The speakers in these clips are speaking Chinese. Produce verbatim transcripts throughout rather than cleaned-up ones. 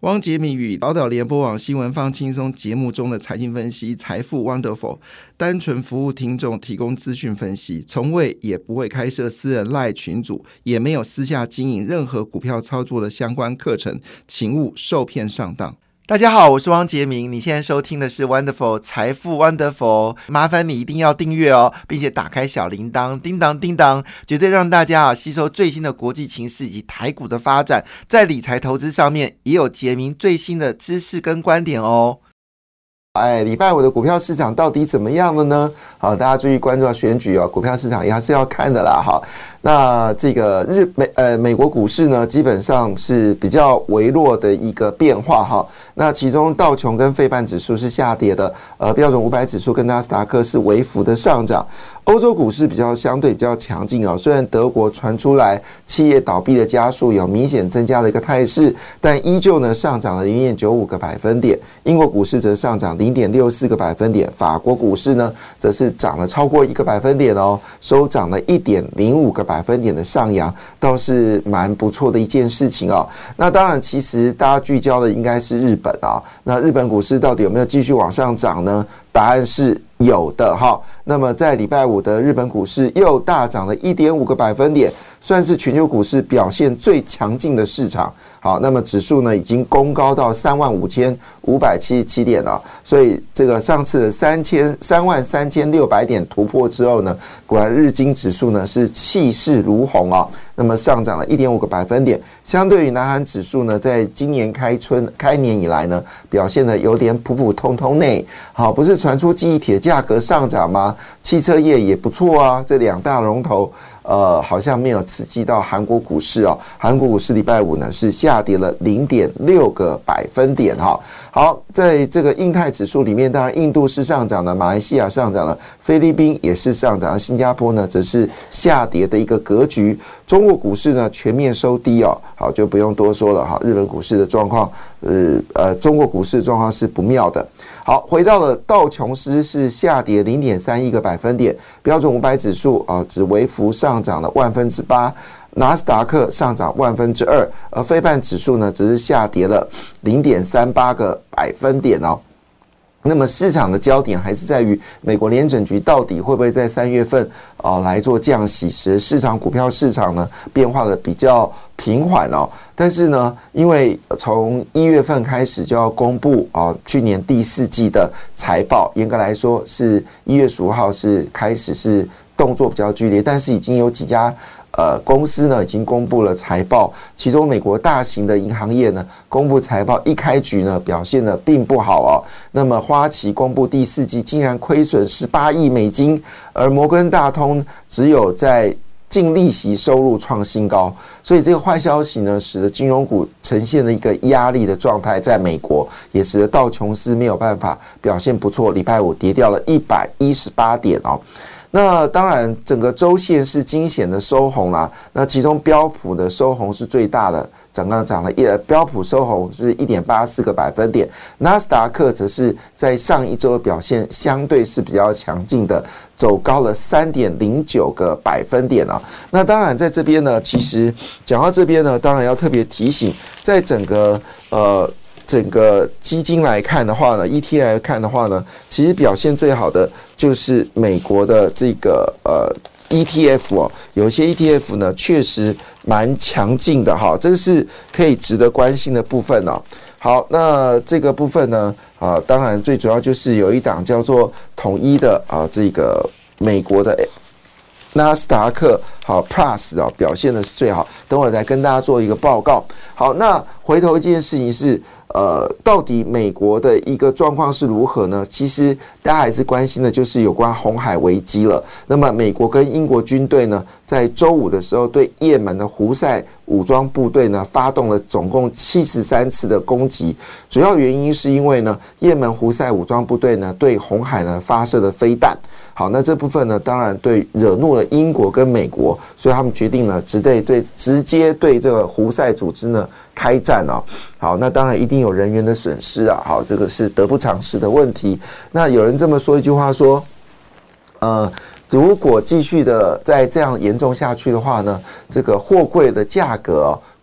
汪杰明与宝岛联播网新闻放轻松节目中的财经分析，财富 Wonderful， 单纯服务听众，提供资讯分析，从未也不会开设私人 LINE 群组，也没有私下经营任何股票操作的相关课程，请勿受骗上当。大家好，我是汪杰明，你现在收听的是 Wonderful 财富 Wonderful， 麻烦你一定要订阅哦，并且打开小铃铛，叮当叮当，绝对让大家啊吸收最新的国际情势以及台股的发展，在理财投资上面也有杰明最新的知识跟观点哦。哎，礼拜五的股票市场到底怎么样了呢？好，大家注意关注到选举哦，股票市场也还是要看的啦。好，那这个日美呃美国股市呢，基本上是比较微弱的一个变化哈。那其中道琼跟费半指数是下跌的，呃，标准五百指数跟纳斯达克是微幅的上涨。欧洲股市比较相对比较强劲哦，虽然德国传出来企业倒闭的家数有明显增加的一个态势，但依旧呢上涨了 零点九五个百分点。英国股市则上涨 零点六四个百分点，法国股市呢则是涨了超过一个百分点哦，收涨了 一点零五个百分点的上扬，倒是蛮不错的一件事情哦。那当然，其实大家聚焦的应该是日本啊，那日本股市到底有没有继续往上涨呢？答案是有的哈。那么在礼拜五的日本股市又大涨了 一点五个百分点，算是全球股市表现最强劲的市场。好，那么指数呢已经攻高到三万五千五百七十七点了，所以这个上次的三万三千六百点突破之后呢，果然日经指数呢是气势如虹啊，那么上涨了 一点五个百分点。相对于南韩指数呢，在今年开春开年以来呢，表现的有点普普通通内。好，不是传出记忆体的价格上涨吗？汽车业也不错啊，这两大龙头。呃，好像没有刺激到韩国股市哦。韩国股市礼拜五呢是下跌了 零点六个百分点哈。好，在这个印太指数里面，当然印度是上涨的，马来西亚上涨了，菲律宾也是上涨，新加坡呢则是下跌的一个格局。中国股市呢全面收低哦，好就不用多说了哈。日本股市的状况，呃呃，中国股市的状况是不妙的。好，回到了道琼斯是下跌 零点三一个百分点，标准五百指数啊只微幅上涨了万分之八，纳斯达克上涨万分之二，而费半指数呢只是下跌了 零点三八个百分点哦。那么市场的焦点还是在于美国联准局到底会不会在三月份啊、呃、来做降息，使市场股票市场呢变化的比较平缓哦。但是呢，因为从一月份开始就要公布啊、呃、去年第四季的财报，严格来说是一月十五号是开始是动作比较剧烈，但是已经有几家。呃，公司呢已经公布了财报，其中美国大型的银行业呢公布财报，一开局呢表现的并不好哦。那么花旗公布第四季竟然亏损十八亿美金，而摩根大通只有在净利息收入创新高，所以这个坏消息呢，使得金融股呈现了一个压力的状态，在美国也使得道琼斯没有办法表现不错，礼拜五跌掉了一百一十八点哦。那当然，整个周线是惊险的收红啦。那其中标普的收红是最大的，整个涨了一，标普收红是 一点八四个百分点，纳斯达克则是在上一周的表现相对是比较强劲的，走高了 三点零九个百分点啊。那当然在这边呢，其实讲到这边呢，当然要特别提醒，在整个呃。整个基金来看的话呢 ，E T F 来看的话呢，其实表现最好的就是美国的这个呃 E T F 哦，有些 E T F 呢确实蛮强劲的哈，这个是可以值得关心的部分哦。好，那这个部分呢，啊，当然最主要就是有一档叫做统一的啊，这个美国的纳斯达克好 Plus 啊，表现的是最好。等会儿再跟大家做一个报告。好，那回头一件事情是。呃，到底美国的一个状况是如何呢？其实大家还是关心的就是有关红海危机了。那么美国跟英国军队呢，在周五的时候对也门的胡塞武装部队呢发动了总共七十三次的攻击，主要原因是因为呢，也门胡塞武装部队呢对红海呢发射了飞弹。好，那这部分呢，当然对惹怒了英国跟美国，所以他们决定呢，直对对直接对这个胡塞组织呢开战哦。好，那当然一定有人员的损失啊。好，这个是得不偿失的问题。那有人这么说一句话说，呃，如果继续的再这样严重下去的话呢，这个货柜的价格哦，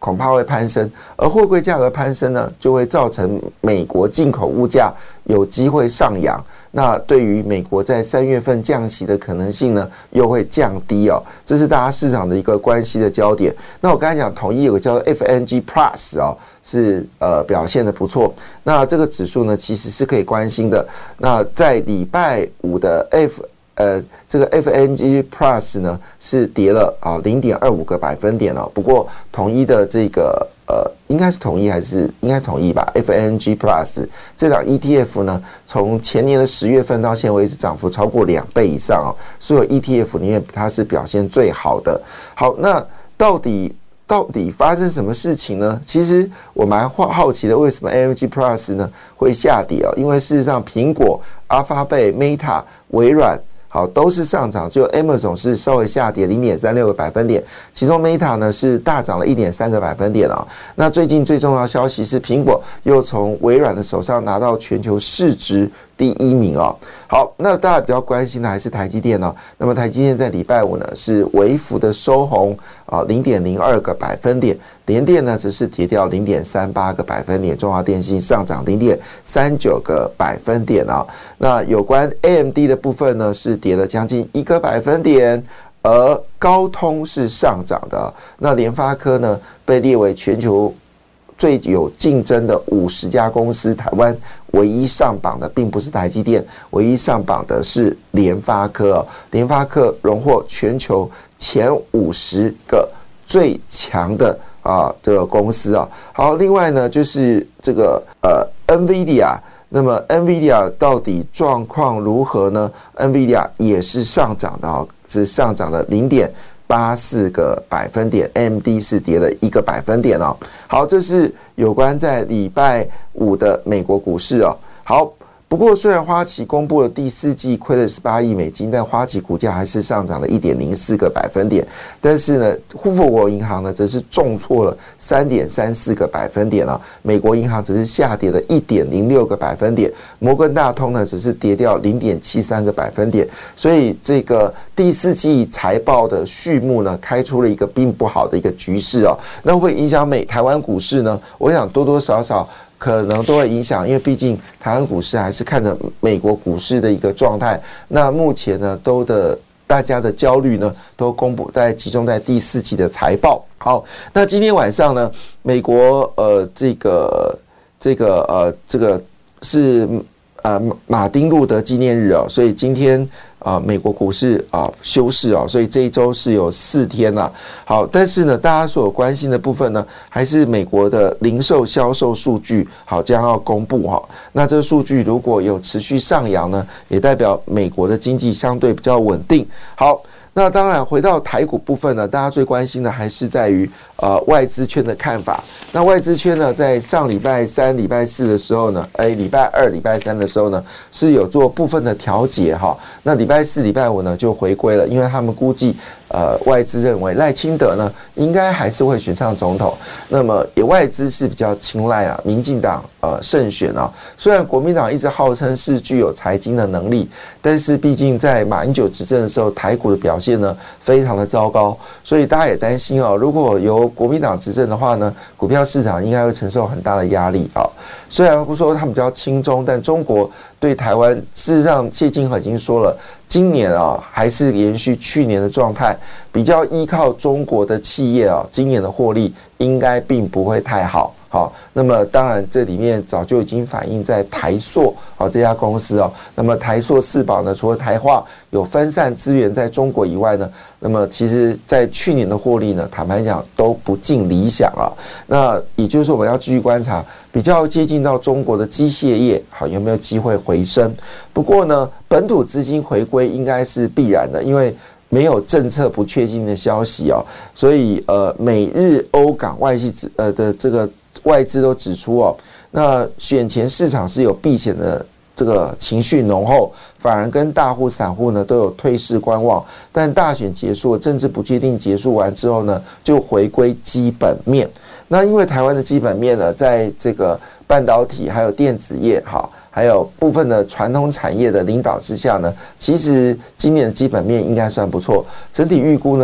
恐怕会攀升，而货柜价格攀升呢，就会造成美国进口物价有机会上扬。那对于美国在三月份降息的可能性呢，又会降低哦，这是大家市场的一个关系的焦点。那我刚才讲统一有个叫做 F N G Plus 哦，是呃表现的不错。那这个指数呢，其实是可以关心的。那在礼拜五的 F 呃这个 F N G Plus 呢是跌了啊零点二五个百分点哦。不过统一的这个呃，应该是统一还是应该统一吧 ？F N G Plus 这档 E T F 呢，从前年的十月份到现在为止，涨幅超过两倍以上哦。所有 E T F 里面，它是表现最好的。好，那到底到底发生什么事情呢？其实我蛮好奇的，为什么 F N G Plus 呢会下跌哦？因为事实上，苹果、阿发贝、Meta、微软。好，都是上涨，只有 Amazon 是稍微下跌 零点三六个百分点，其中 Meta 呢是大涨了 一点三个百分点哦。那最近最重要的消息是，苹果又从微软的手上拿到全球市值第一名哦。好，那大家比较关心的还是台积电哦。那么台积电在礼拜五呢是微幅的收红啊 零点零二个百分点，联电呢则是跌掉 零点三八个百分点，中华电信上涨 零点三九个百分点啊、哦。那有关 A M D 的部分呢是跌了将近一个百分点，而高通是上涨的。那联发科呢被列为全球最有竞争的五十家公司，台湾唯一上榜的并不是台积电，唯一上榜的是联发科、哦。联发科荣获全球前五十个最强的啊这个公司啊。好，另外呢就是这个呃 NVIDIA。那么 NVIDIA 到底状况如何呢？ NVIDIA 也是上涨的哦，是上涨了 零点八四个百分点 ，A M D 是跌了一个百分点哦。好，这是有关在礼拜五的美国股市哦。好。不过，虽然花旗公布了第四季亏了十八亿美金，但花旗股价还是上涨了 一点零四个百分点。但是呢，富国银行呢则是重挫了 三点三四个百分点啊。美国银行只是下跌了 一点零六个百分点，摩根大通呢只是跌掉 零点七三个百分点。所以这个第四季财报的序幕呢，开出了一个并不好的一个局势哦。那会不会影响美台湾股市呢？我想多多少少。可能都会影响，因为毕竟台湾股市还是看着美国股市的一个状态。那目前呢，都的大家的焦虑呢，都公布在集中在第四季的财报。好，那今天晚上呢，美国呃这个这个呃这个是呃马丁路德纪念日哦，所以今天。啊，美国股市啊休市哦，所以这一周是有四天啦、啊。好，但是呢，大家所有关心的部分呢，还是美国的零售销售数据好将要公布哈、哦。那这个数据如果有持续上扬呢，也代表美国的经济相对比较稳定。好。那当然，回到台股部分呢，大家最关心的还是在于呃外资圈的看法。那外资圈呢，在上礼拜三、礼拜四的时候呢，哎，礼拜二、礼拜三的时候呢，是有做部分的调节哈。那礼拜四、礼拜五呢，就回归了，因为他们估计。呃，外资认为赖清德呢，应该还是会选上总统。那么，也外资是比较青睐啊，民进党呃胜选啊。虽然国民党一直号称是具有财经的能力，但是毕竟在马英九执政的时候，台股的表现呢非常的糟糕，所以大家也担心哦，如果由国民党执政的话呢，股票市场应该会承受很大的压力啊。虽然说他们比较轻中，但中国对台湾，事实上谢金河已经说了。今年啊，还是延续去年的状态，比较依靠中国的企业啊，今年的获利应该并不会太好。好，那么当然这里面早就已经反映在台塑好这家公司哦。那么台塑四宝呢，除了台化有分散资源在中国以外呢，那么其实在去年的获利呢，坦白讲都不尽理想啊。那也就是说，我们要继续观察，比较接近到中国的机械业，好有没有机会回升？不过呢，本土资金回归应该是必然的，因为没有政策不确定的消息哦，所以呃，美日欧港外系呃的这个。外资都指出哦，那选前市场是有避险的这个情绪浓厚，反而跟大户散户呢都有退市观望。但大选结束，政治不确定结束完之后呢，就回归基本面。那因为台湾的基本面呢，在这个半导体还有电子业哈，还有部分的传统产业的领导之下呢，其实今年的基本面应该算不错。整体预估呢。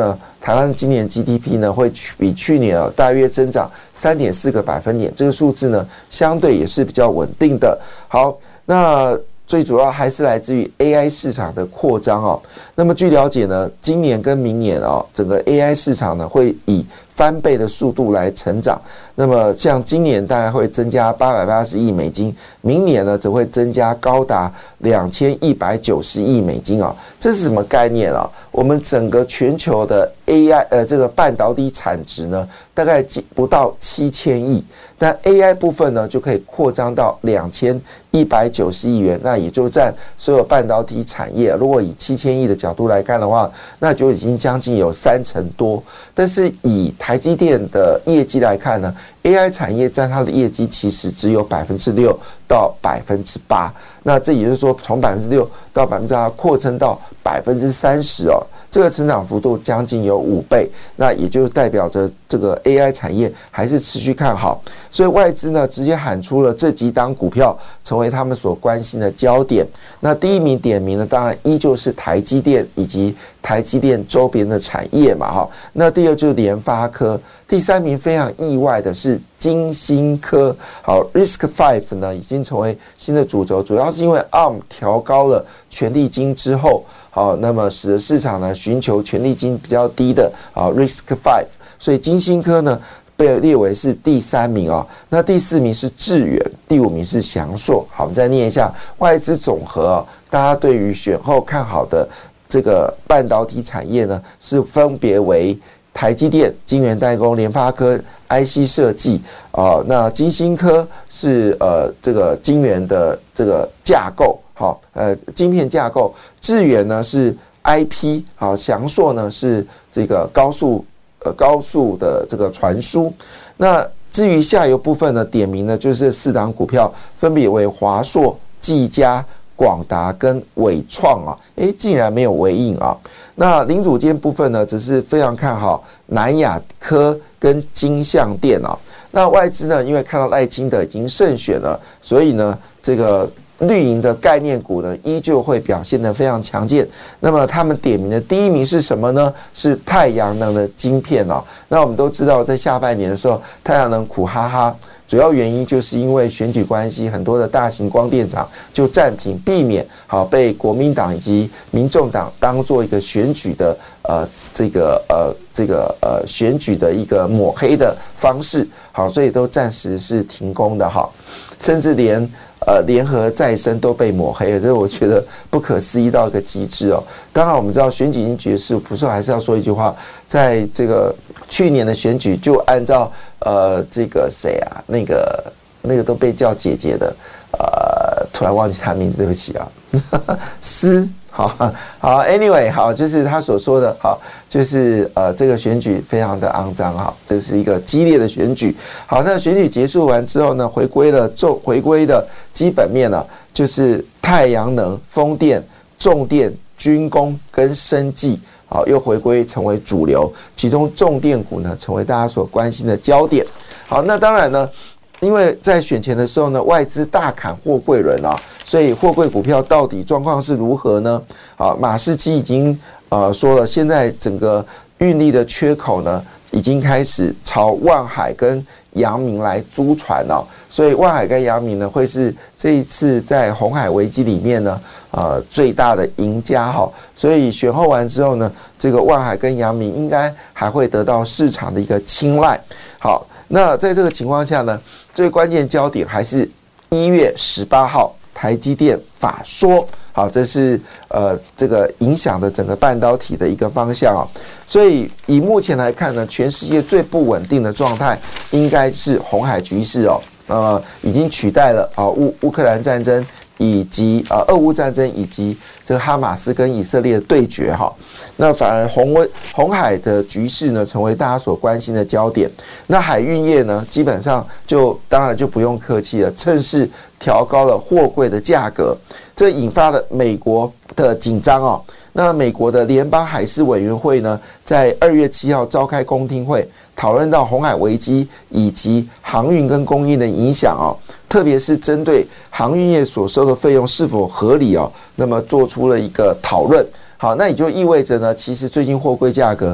台湾今年 G D P 呢会比去年啊大约增长三点四个百分点，这个数字呢相对也是比较稳定的。好，那最主要还是来自于 A I 市场的扩张哦。那么据了解呢，今年跟明年哦，整个 A I 市场呢会以翻倍的速度来成长。那么像今年大概会增加八百八十亿美金，明年呢则会增加高达两千一百九十亿美金啊。这是什么概念啊？我们整个全球的 A I 呃这个半导体产值呢，大概不到七千亿，但 A I 部分呢就可以扩张到两千一百九十亿元，那也就占所有半导体产业，如果以七千亿的角度来看的话，那就已经将近有三成多。但是以台积电的业绩来看呢， A I 产业占它的业绩其实只有百分之六到百分之八，那这也就是说从百分之六到百分之八扩增到百分之三十哦，这个成长幅度将近有五倍，那也就代表着这个 A I 产业还是持续看好，所以外资呢直接喊出了这几档股票成为他们所关心的焦点。那第一名点名呢，当然依旧是台积电以及台积电周边的产业嘛，哈。那第二就是联发科，第三名非常意外的是晶心科。好 ，R I S K Five 呢已经成为新的主轴，主要是因为 A R M 调高了权利金之后，好，那么使得市场呢寻求权利金比较低的啊 R I S K Five， 所以晶心科呢被列为是第三名啊，那第四名是智原，第五名是祥硕。好，我们再念一下外资总和啊，大家对于选后看好的这个半导体产业呢，是分别为台积电、晶圆代工、联发科、I C 设计啊、呃，那晶心科是呃这个晶圆的这个架构，好，呃晶片架构，智原呢是 I P， 好，祥硕呢是这个高速。呃，高速的这个传输。那至于下游部分呢，点名呢就是四档股票，分别为华硕、技嘉、广达跟伟创啊，诶，竟然没有微影啊。那零组件部分呢，只是非常看好南亚科跟金像电啊。那外资呢，因为看到赖清德已经胜选了，所以呢，这个绿营的概念股呢，依旧会表现得非常强健。那么他们点名的第一名是什么呢？是太阳能的晶片哦。那我们都知道，在下半年的时候，太阳能苦哈哈，主要原因就是因为选举关系，很多的大型光电厂就暂停，避免好被国民党以及民众党当做一个选举的呃这个呃这个呃选举的一个抹黑的方式，好，所以都暂时是停工的哈，甚至连。呃，联合再生都被抹黑了，这我觉得不可思议到一个极致哦。当然，我们知道选举已经结束，不是还是要说一句话，在这个去年的选举，就按照呃这个谁啊，那个那个都被叫姐姐的，呃，突然忘记他名字，对不起啊，思。好好 ，anyway， 好，就是他所说的，好，就是呃，这个选举非常的肮脏，哈，这是一个激烈的选举。好，那选举结束完之后呢，回归了重回归的基本面呢，就是太阳能、风电、重电、军工跟生技，好，又回归成为主流，其中重电股呢，成为大家所关心的焦点。好，那当然呢。因为在选前的时候呢，外资大砍货柜轮啊，所以货柜股票到底状况是如何呢？啊，马士基已经呃说了，现在整个运力的缺口呢，已经开始朝万海跟阳明来租船了、哦，所以万海跟阳明呢，会是这一次在鸿海危机里面呢，呃最大的赢家哈、哦。所以选后完之后呢，这个万海跟阳明应该还会得到市场的一个青睐。好。那在这个情况下呢，最关键焦点还是一月十八号台积电法说，好，这是呃这个影响的整个半导体的一个方向啊。所以以目前来看呢，全世界最不稳定的状态应该是红海局势哦，呃，已经取代了啊乌乌克兰战争以及呃俄乌战争以及这个哈马斯跟以色列的对决哈。那反而红威红海的局势呢，成为大家所关心的焦点。那海运业呢，基本上就当然就不用客气了，趁势调高了货柜的价格，这引发了美国的紧张哦。那美国的联邦海事委员会呢，在二月七号召开公听会，讨论到红海危机以及航运跟供应的影响哦，特别是针对航运业所收的费用是否合理哦，那么做出了一个讨论。好，那也就意味着呢，其实最近货柜价格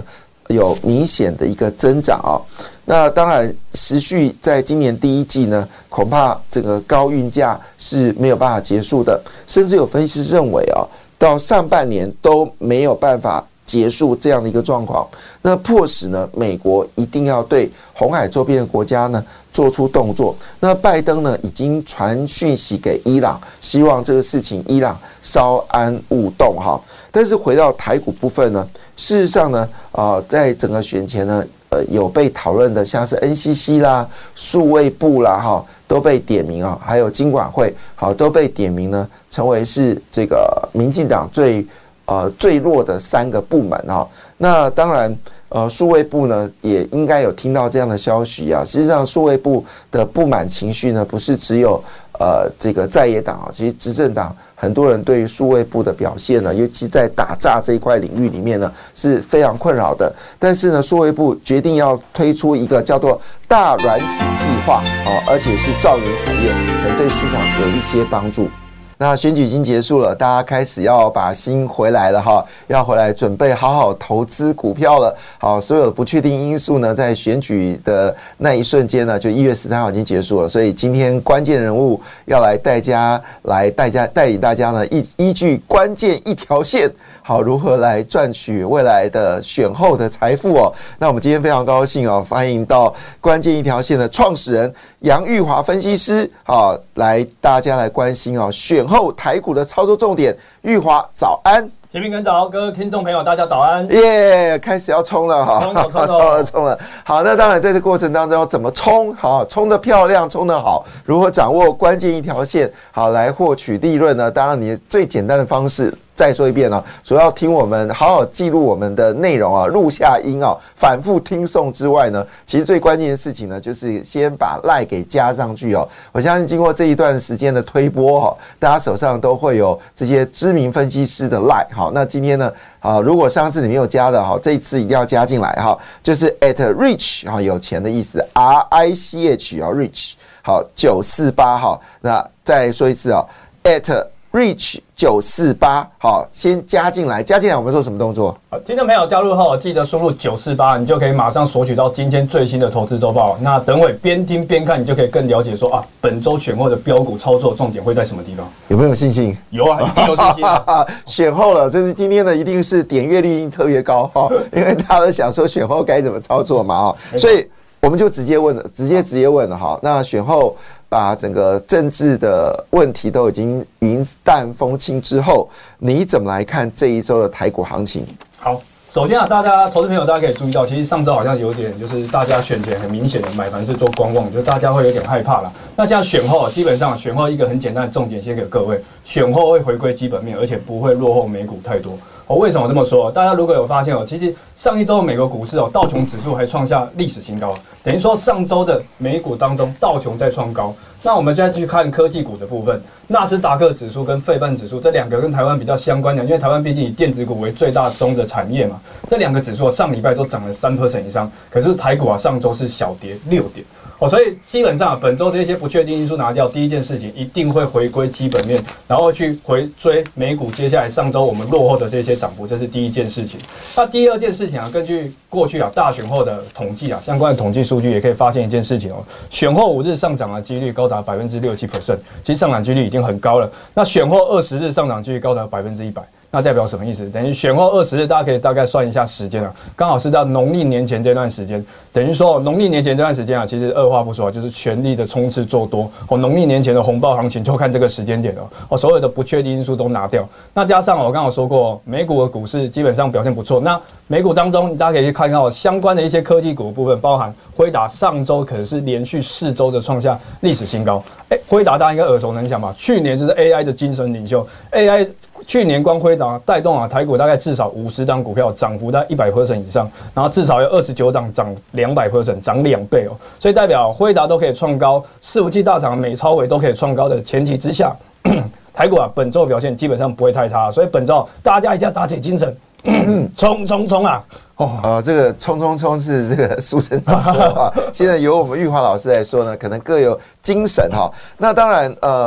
有明显的一个增长啊。那当然，持续在今年第一季呢，恐怕这个高运价是没有办法结束的，甚至有分析师认为啊，到上半年都没有办法结束这样的一个状况。那迫使呢，美国一定要对红海周边的国家呢做出动作。那拜登呢已经传讯息给伊朗，希望这个事情伊朗稍安勿动哈。但是回到台股部分呢，事实上呢，呃，在整个选前呢。呃，有被讨论的，像是 N C C 啦、数位部啦，哈，都被点名啊，还有金管会，好，都被点名呢，成为是这个民进党最呃最弱的三个部门啊。那当然，呃，数位部呢也应该有听到这样的消息啊。实际上，数位部的不满情绪呢，不是只有呃这个在野党啊，其实执政党。很多人对于数位部的表现呢，尤其在打诈这一块领域里面呢，是非常困扰的。但是呢，数位部决定要推出一个叫做大软体计划哦，而且是兆元产业，可能对市场有一些帮助。那选举已经结束了，大家开始要把心回来了哈，要回来准备好好投资股票了。好，所有的不确定因素呢，在选举的那一瞬间呢，就一月十三号已经结束了。所以今天关键人物要来带家来带家带领大家呢，依依据关键一条线。好，如何来赚取未来的选后的财富哦？那我们今天非常高兴哦，欢迎到关键一条线的创始人杨玉华分析师，好，来大家来关心哦，选后台股的操作重点。玉华早安。 齐平跟早，各位听众朋友，大家早安！ 耶、yeah, 开始要冲了哈， 冲了，冲了， 冲了，冲了！好，那当然在这过程当中要怎么冲？好，冲得漂亮，冲得好，如何掌握关键一条线？好，来获取利润呢？当然，你最简单的方式。再说一遍呢、啊，主要听我们好好记录我们的内容啊，录下音啊，反复听诵之外呢，其实最关键的事情呢，就是先把 LINE 给加上去哦。我相信经过这一段时间的推播哈、哦，大家手上都会有这些知名分析师的 LINE。好，那今天呢，啊，如果上次你没有加的哈，这一次一定要加进来哈，就是 at rich 啊，有钱的意思 ，R I C H 啊 ，rich 好九四八哈，那再说一次啊 ，at rich 九四八，好，先加进来，加进来我们做什么动作？ 好，听众朋友加入后，记得输入九四八，你就可以马上索取到今天最新的投资周报。那等会边听边看，你就可以更了解说啊，本周选后的标股操作重点会在什么地方？ 有没有信心？ 有啊，一定有信心、啊。 选后了，这是今天的一定是点阅率一定特别高哈，因为大家都想说选后该怎么操作嘛啊，所以我们就直接问了，直接直接问了哈。那选后。把整个政治的问题都已经云淡风轻之后，你怎么来看这一周的台股行情？ 好，首先啊，大家投资朋友大家可以注意到，其实上周好像有点就是大家选前很明显的买盘是做观望，就是大家会有点害怕了。那现在选后，基本上选后一个很简单的重点，先给各位，选后会回归基本面，而且不会落后美股太多。哦，为什么这么说？大家如果有发现哦，其实上一周的美国股市哦，道琼指数还创下历史新高，等于说上周的美股当中，道琼在创高。那我们再去看科技股的部分，纳斯达克指数跟费半指数这两个跟台湾比较相关的，因为台湾毕竟以电子股为最大宗的产业嘛，这两个指数上礼拜都涨了三 percent 以上，可是台股啊上周是小跌六点。哦，所以基本上本周这些不确定因素拿掉，第一件事情一定会回归基本面，然后去回追美股接下来上周我们落后的这些涨幅，这是第一件事情。那第二件事情啊，根据过去啊大选后的统计啊，相关的统计数据也可以发现一件事情哦，选后五日上涨的几率高达百分之六十七 percent， 其实上涨几率已经很高了。那选后二十日上涨几率高达百分之一百。那代表什么意思？等于选后二十日，大家可以大概算一下时间啊，刚好是到农历年前这段时间。等于说农历年前这段时间啊，其实二话不说，就是全力的冲刺做多。哦，农历年前的红包行情就看这个时间点了。哦，所有的不确定因素都拿掉。那加上我刚刚说过，美股的股市基本上表现不错。那美股当中，大家可以去看到相关的一些科技股的部分，包含辉达上周可能是连续四周的创下历史新高。哎，辉达大家应该耳熟能详吧？去年就是 A I 的精神领袖 ，A I。去年光辉达带动啊台股大概至少五十档股票涨幅在一百 percent 以上，然后至少有二十九档涨两百 percent， 涨两倍哦，所以代表辉达都可以创高，伺服器大厂美超微都可以创高的前提之下，台股啊本周表现基本上不会太差，所以本周大家一定要打起精神，冲冲冲啊！ 哦，呃，这个冲冲冲是这个苏生老师啊，现在由我们玉华老师来说呢，可能各有精神哈。那当然，呃。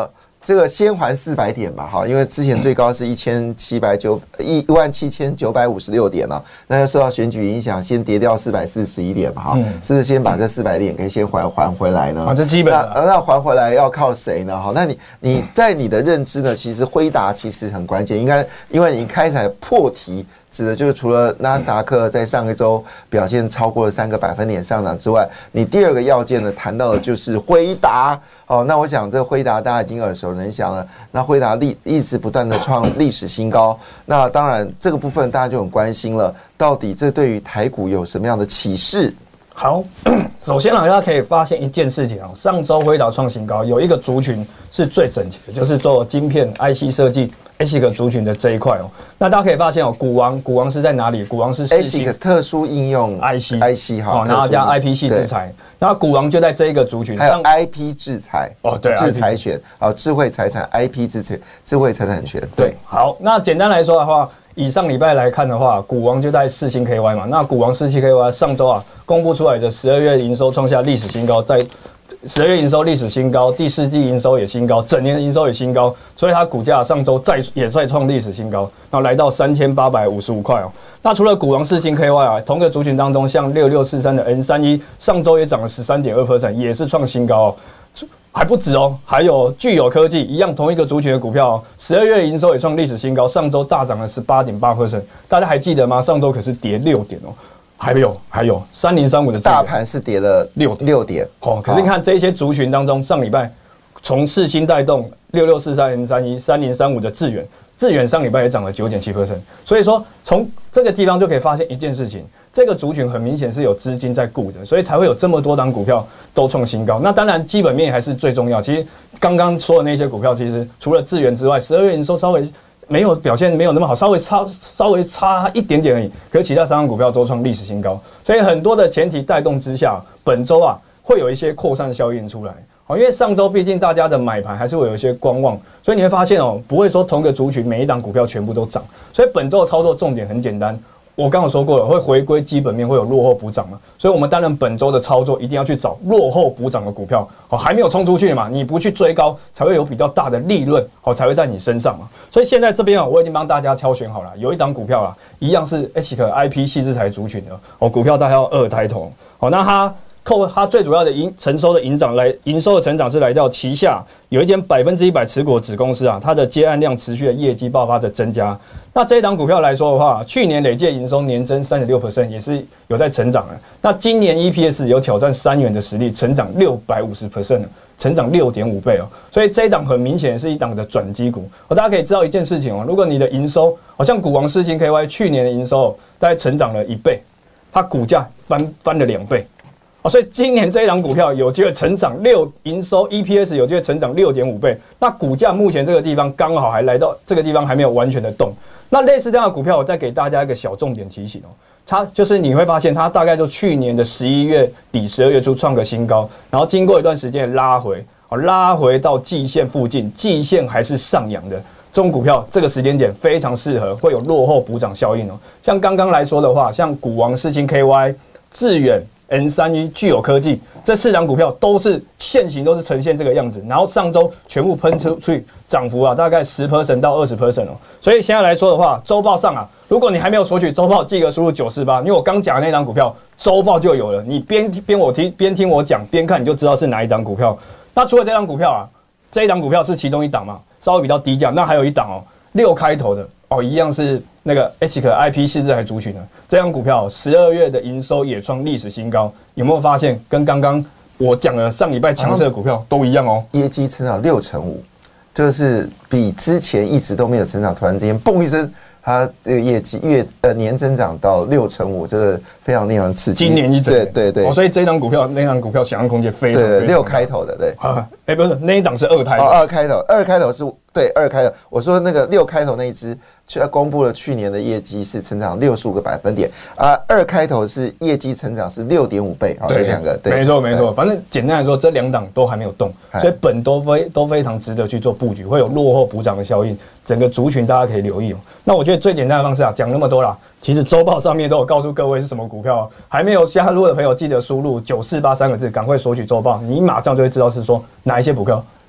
这个先还四百点吧，哈，因为之前最高是一千七百九一一万七千九百五十六点哦，那又受到选举影响，先跌掉四百四十一点嘛，哈、嗯，是不是先把这四百点给先还还回来呢？ 啊，这基本的。 那那还回来要靠谁呢？哈，那你你在你的认知呢？其实辉达其实很关键，应该因为你开采破题。指的就是除了纳斯达克在上一周表现超过了三个百分点上涨之外，你第二个要件呢谈到的就是辉达。哦，那我想这辉达大家已经耳熟能详了。那辉达历一直不断的创历史新高，那当然这个部分大家就很关心了，到底这对于台股有什么样的启示？ 好，首先大家可以发现一件事情啊，上周辉达创新高，有一个族群是最整齐的，就是做晶片 I C 设计 A S I C 族群的这一块哦。那大家可以发现哦，股王股王是在哪里？股王是 A S I C 特殊应用 I C I C 哈， 然后加 I P 系制裁，然后股王就在这一个族群， 还有 I P 制裁哦，对， 制裁权啊，智慧财产 I P 制裁智慧财产权，对。 好，那简单来说的话。以上礼拜来看的话，股王就在四星 K Y 嘛，那股王四星 K Y 上周啊公布出来的十二月营收创下历史新高，在十二月营收历史新高，第四季营收也新高，整年的营收也新高，所以它股价上周再也再创历史新高，然后来到三千八百五十五块哦。那除了股王四星 K Y 啊，同个族群当中，像六六四三的 N 三一上周也涨了十三点二 percent， 也是创新高哦。还不止哦，还有具有科技一样同一个族群的股票哦，十二月营收也创历史新高，上周大涨了十八点八 percent， 大家还记得吗？上周可是跌六点哦，还有还有三零三五的大盘是跌了六六点哦，可是你看这些族群当中，上礼拜从世新带动六六四三 N 三一三零三五的智原，智原上礼拜也涨了九点七 percent， 所以说从这个地方就可以发现一件事情。这个族群很明显是有资金在顾的，所以才会有这么多档股票都创新高。那当然，基本面还是最重要。其实刚刚说的那些股票，其实除了智原之外，十二月营收稍微没有表现没有那么好，稍微差稍微差一点点而已。可是其他三档股票都创历史新高，所以很多的前提带动之下，本周啊会有一些扩散效应出来。好，因为上周毕竟大家的买盘还是会有一些观望，所以你会发现哦，不会说同一个族群每一档股票全部都涨。所以本周的操作重点很简单。我刚刚说过了，会回归基本面，会有落后补涨嘛，所以我们当然本周的操作一定要去找落后补涨的股票，好，还没有冲出去嘛，你不去追高，才会有比较大的利润，好，才会在你身上嘛。所以现在这边啊，我已经帮大家挑选好了，有一档股票啊，一样是 A S I C I P 系制裁族群的，哦，股票大概要二开头，好，那它。扣它最主要的营成收的营长来营收的成长是来到旗下有一间百分之一百持股子公司啊，它的接案量持续的业绩爆发的增加。那这一档股票来说的话，去年累计营收年增三十六 percent， 也是有在成长的。那今年 E P S 有挑战三元的实力，成长六百五十 percent， 成长六点五倍哦。所以这一档很明显是一档的转机股。大家可以知道一件事情哦，如果你的营收好像股王世芯 K Y 去年的营收大概成长了一倍，它股价翻翻了两倍。所以今年这一档股票有机会成长六营收 E P S 有机会成长六点五倍，那股价目前这个地方刚好还来到这个地方还没有完全的动。那类似这样的股票，我再给大家一个小重点提醒哦，它就是你会发现它大概就去年的十一月底、十二月初创个新高，然后经过一段时间的拉回，拉回到季线附近，季线还是上扬的。这种股票这个时间点非常适合，会有落后补涨效应哦。像刚刚来说的话，像股王世芯 K Y、智远。N 三一、具有科技这四档股票都是现行都是呈现这个样子，然后上周全部喷出去，涨幅啊大概 百分之十 到 百分之二十 哦。所以现在来说的话，周报上啊，如果你还没有索取周报，记得输入九四八，因为我刚讲的那档股票周报就有了，你边边我听边听我讲边看，你就知道是哪一档股票。那除了这档股票啊，这一档股票是其中一档嘛，稍微比较低价，那还有一档哦，六开头的哦，一样是。那个 A S I C I P 系制裁族群的这张股票，十二月的营收也创历史新高，有没有发现跟刚刚我讲的上礼拜强势的股票都一样哦？ 业绩成长六成五，就是比之前一直都没有成长，突然之间嘣一声，它这个业绩月呃年增长到六成五，这个非常令人刺激。 今年一整年， 对对对、 哦，所以这张股票那张股票想象空间非常对六开头的对啊，哎、欸、不是那一档是二开头， 哦二开头二开头是对二开头，我说那个六开头那一支。却公布了去年的业绩是成长六十五个百分点啊，二开头是业绩成长是六点五倍，好，这两个对， 没错没错，反正简单来说，这两档都还没有动，所以本都非都非常值得去做布局，会有落后补涨的效应，整个族群大家可以留意哦。那我觉得最简单的方式啊，讲那么多啦，其实周报上面都有告诉各位是什么股票、哦，还没有加入的朋友记得输入九四八三个字，赶快索取周报，你马上就会知道是说哪一些股票。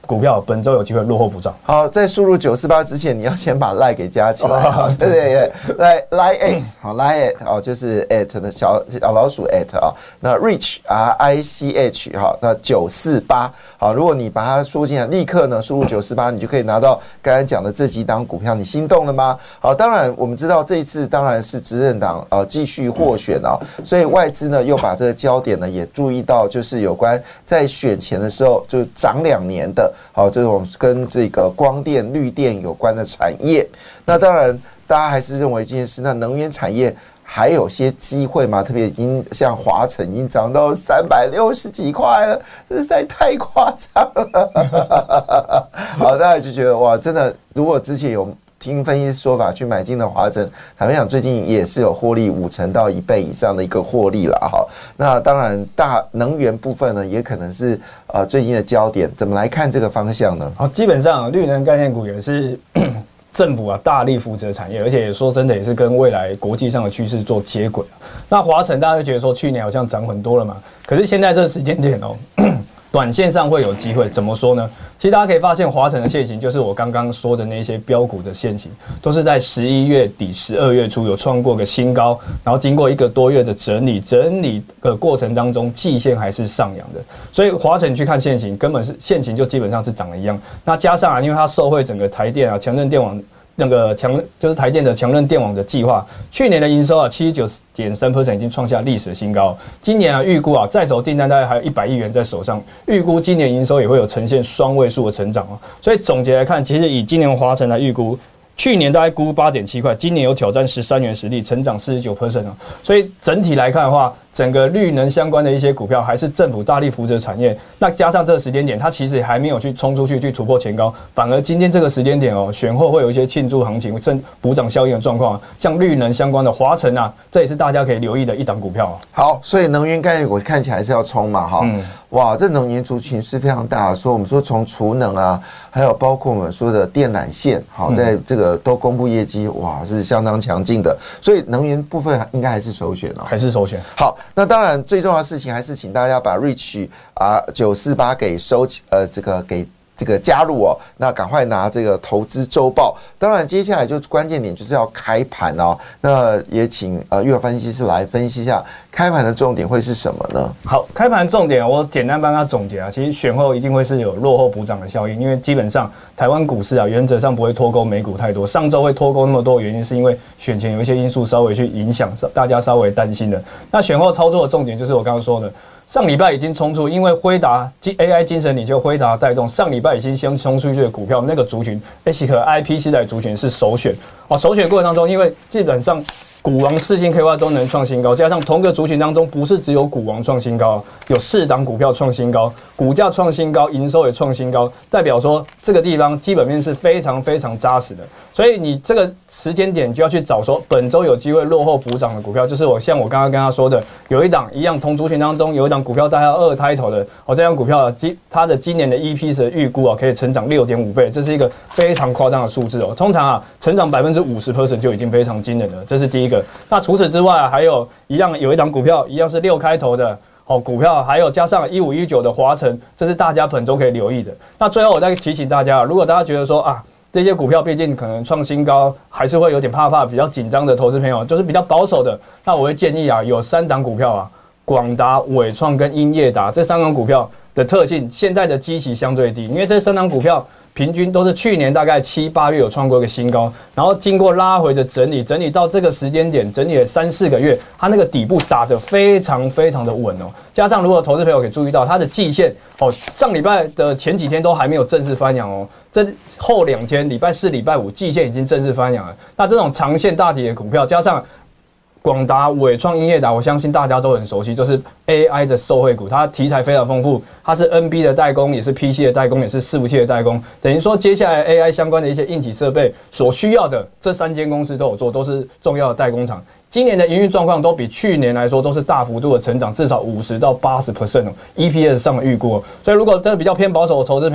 股票本周有机会落后补涨。 好，在输入九四八之前，你要先把 line 给加起来。哦、对对对，来 line at 好 line at 好，就是 at 的小小老鼠 at 啊。那 rich r i c h 好，那九四八好，如果你把它输进来，立刻呢输入九四八，你就可以拿到刚才讲的这几档股票。你心动了吗？好，当然我们知道这一次当然是执政党呃继续获选啊，所以外资呢又把这个焦点呢也注意到，就是有关在选前的时候就涨两年的，好这种跟这个光电、绿电有关的产业。那当然大家还是认为这件事，那能源产业还有些机会嘛？特别已经像华晨已经涨到三百六十几块了，这实在太夸张了。好，大家就觉得哇，真的，如果之前有听分析说法去买进的华晨，坦白讲最近也是有获利五成到一倍以上的一个获利了哈。那当然，大能源部分呢，也可能是呃最近的焦点。怎么来看这个方向呢？ 好，基本上绿能概念股也是。政府啊大力扶持产业，而且说真的也是跟未来国际上的趋势做接轨。那华晨大家就觉得说去年好像涨很多了嘛，可是现在这个时间点哦，短线上会有机会，怎么说呢？其实大家可以发现华晨的线型就是我刚刚说的那些标股的线型，都是在十一月底、十二月初有创过个新高，然后经过一个多月的整理，整理的过程当中季线还是上扬的，所以华晨去看线型，根本是线型就基本上是涨了一样。那加上啊，因为它受惠整个台电啊、强韧电网。那个强就是台电的强韧电网的计划，去年的营收啊七十九点三 percent 已经创下历史的新高。今年啊预估啊在手订单大概还有一百亿元在手上，预估今年营收也会有呈现双位数的成长哦。所以总结来看，其实以今年华晨来预估。去年大概估八点七块，今年有挑战十三元实力，成长四十九 percent 啊。所以整体来看的话，整个绿能相关的一些股票还是政府大力扶持的产业。那加上这个时间点，它其实还没有去冲出去去突破前高，反而今天这个时间点哦，选后会有一些庆祝行情、正补涨效应的状况、啊。像绿能相关的华晨啊，这也是大家可以留意的一档股票、啊。 好，所以能源概念股看起来还是要冲嘛，哈、嗯。哇，这能源族群是非常大的，所以我们说从储能啊，还有包括我们说的电缆线，好，在这个都公布业绩，哇，是相当强劲的，所以能源部分应该还是首选哦， 还是首选。 好，那当然最重要的事情还是请大家把 Rich 啊九四八给收起，呃，这个给。这个加入哦，那赶快拿这个投资周报。当然，接下来就关键点就是要开盘哦。那也请呃岳分析师来分析一下开盘的重点会是什么呢？ 好，开盘重点我简单帮他总结啊。其实选后一定会是有落后补涨的效应，因为基本上台湾股市啊，原则上不会脱钩美股太多。上周会脱钩那么多，原因是因为选前有一些因素稍微去影响，大家稍微担心的。那选后操作的重点就是我刚刚说的。上礼拜已经冲出，因为辉达 A I 精神领袖辉达带动，上礼拜已经先冲出去的股票，那个族群 H 和 I P 系的族群是首选哦。首选过程当中，因为基本上股王世芯 K Y 都能创新高，加上同个族群当中不是只有股王创新高，有四档股票创新高，股价创新高，营收也创新高，代表说这个地方基本面是非常非常扎实的。所以你这个时间点就要去找说本周有机会落后补涨的股票，就是我像我刚刚跟他说的，有一档一样同族群当中有一档股票大概二开头的哦，这档股票它的今年的 E P S 的预估啊可以成长 六点五倍，这是一个非常夸张的数字哦。通常啊成长 百分之五十 就已经非常惊人了，这是第一个。那除此之外、啊、还有一样有一档股票一样是六开头的。好股票，还有加上一五一九的华晨，这是大家本周可以留意的。那最后我再提醒大家，如果大家觉得说啊，这些股票毕竟可能创新高，还是会有点怕怕，比较紧张的投资朋友，就是比较保守的，那我会建议啊，有三档股票啊，广达、伟创跟英业达这三档股票的特性，现在的基期相对低，因为这三档股票。平均都是去年大概七八月有创过一个新高，然后经过拉回的整理，整理到这个时间点，整理了三四个月，它那个底部打得非常非常的稳哦。加上如果投资朋友可以注意到，它的季线哦，上礼拜的前几天都还没有正式翻扬哦，这后两天礼拜四、礼拜五季线已经正式翻扬了。那这种长线大底的股票，加上广达、伟创、英业达，我相信大家都很熟悉，就是 A I 的受惠股，它题材非常丰富，它是 N B 的代工，也是 P C 的代工，也是伺服器的代工。等于说，接下来 A I 相关的一些硬体设备所需要的，这三间公司都有做，都是重要的代工厂。今年的营运状况都比去年来说都是大幅度的成长，至少五十到八十 percent 哦 ，E P S 上的预估、哦。所以如果真的比较偏保守的投资朋友，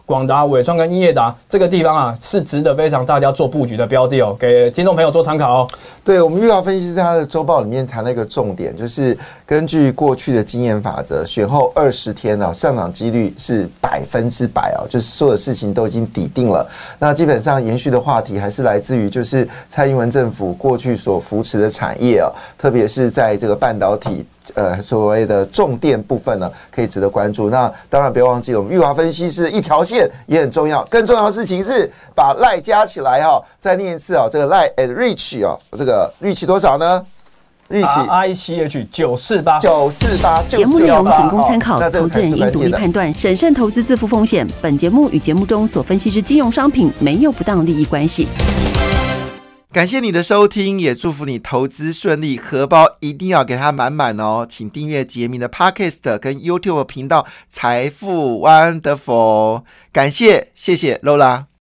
广达、伟创跟英业达这个地方啊，是值得非常大家做布局的标的哦，给听众朋友做参考哦。 对，我们玉华分析师在他的周报里面谈了一个重点，就是根据过去的经验法则，选后二十天呢、啊，上涨几率是百分之百哦，就是所有事情都已经底定了。那基本上延续的话题还是来自于就是蔡英文政府过去所扶持的产业哦，特别是在这个半导体。呃，所谓的重电部分呢，可以值得关注。那当然不要忘记了，我们玉华分析师一条线也很重要。更重要的事情是把赖加起来哈、哦，再念一次哦，这个赖 at reach 哦，这个 reach 多少呢？ R I C H 九四八九四八。 节目内容仅供参考，投资人应独立判断、审慎投资，自负风险。本节目与节目中所分析之金融商品没有不当利益关系。 感谢你的收听，也祝福你投资顺利，荷包一定要给它满满哦！请订阅杰明的 Podcast 跟 YouTube 频道财富 Wonderful， 感谢，谢谢 Lola。